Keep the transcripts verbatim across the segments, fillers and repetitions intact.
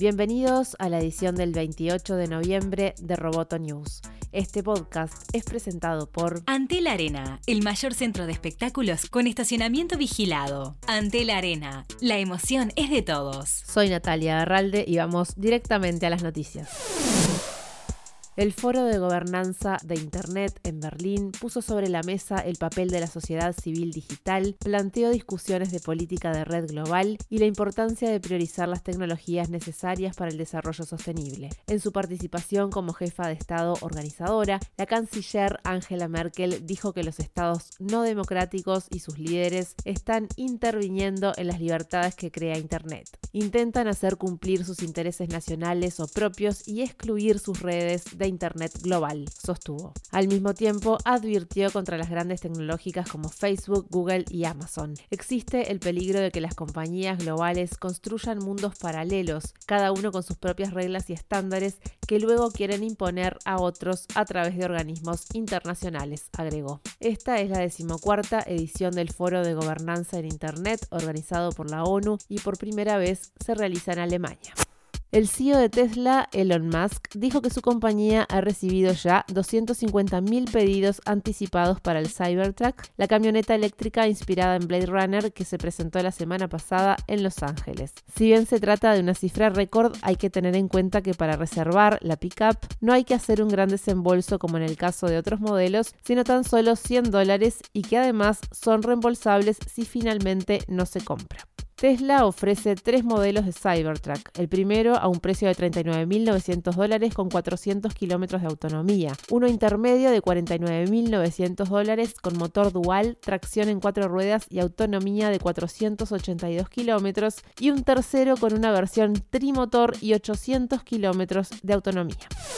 Bienvenidos a la edición del veintiocho de noviembre de Roboto News. Este podcast es presentado por Antel Arena, el mayor centro de espectáculos con estacionamiento vigilado. Antel Arena, la emoción es de todos. Soy Natalia Arralde y vamos directamente a las noticias. El Foro de Gobernanza de Internet en Berlín puso sobre la mesa el papel de la sociedad civil digital, planteó discusiones de política de red global y la importancia de priorizar las tecnologías necesarias para el desarrollo sostenible. En su participación como jefa de Estado organizadora, la canciller Angela Merkel dijo que los estados no democráticos y sus líderes están interviniendo en las libertades que crea Internet. Intentan hacer cumplir sus intereses nacionales o propios y excluir sus redes de Internet global, sostuvo. Al mismo tiempo, advirtió contra las grandes tecnológicas como Facebook, Google y Amazon. Existe el peligro de que las compañías globales construyan mundos paralelos, cada uno con sus propias reglas y estándares que luego quieren imponer a otros a través de organismos internacionales, agregó. Esta es la decimocuarta edición del Foro de Gobernanza en Internet organizado por la ONU y por primera vez se realiza en Alemania. El C E O de Tesla, Elon Musk, dijo que su compañía ha recibido ya doscientos cincuenta mil pedidos anticipados para el Cybertruck, la camioneta eléctrica inspirada en Blade Runner que se presentó la semana pasada en Los Ángeles. Si bien se trata de una cifra récord, hay que tener en cuenta que para reservar la pickup no hay que hacer un gran desembolso como en el caso de otros modelos, sino tan solo cien dólares y que además son reembolsables si finalmente no se compra. Tesla ofrece tres modelos de Cybertruck, el primero a un precio de treinta y nueve mil novecientos dólares con cuatrocientos kilómetros de autonomía, uno intermedio de cuarenta y nueve mil novecientos dólares con motor dual, tracción en cuatro ruedas y autonomía de cuatrocientos ochenta y dos kilómetros y un tercero con una versión trimotor y ochocientos kilómetros de autonomía.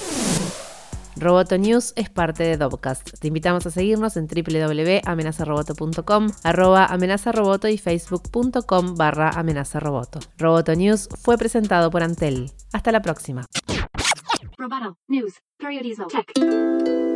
Roboto News es parte de Dobcast. Te invitamos a seguirnos en doble u doble u doble u punto amenaza roboto punto com, arroba amenazaroboto y facebook punto com barra amenazaroboto. Roboto News fue presentado por Antel. Hasta la próxima. Roboto News. Periodismo Tech.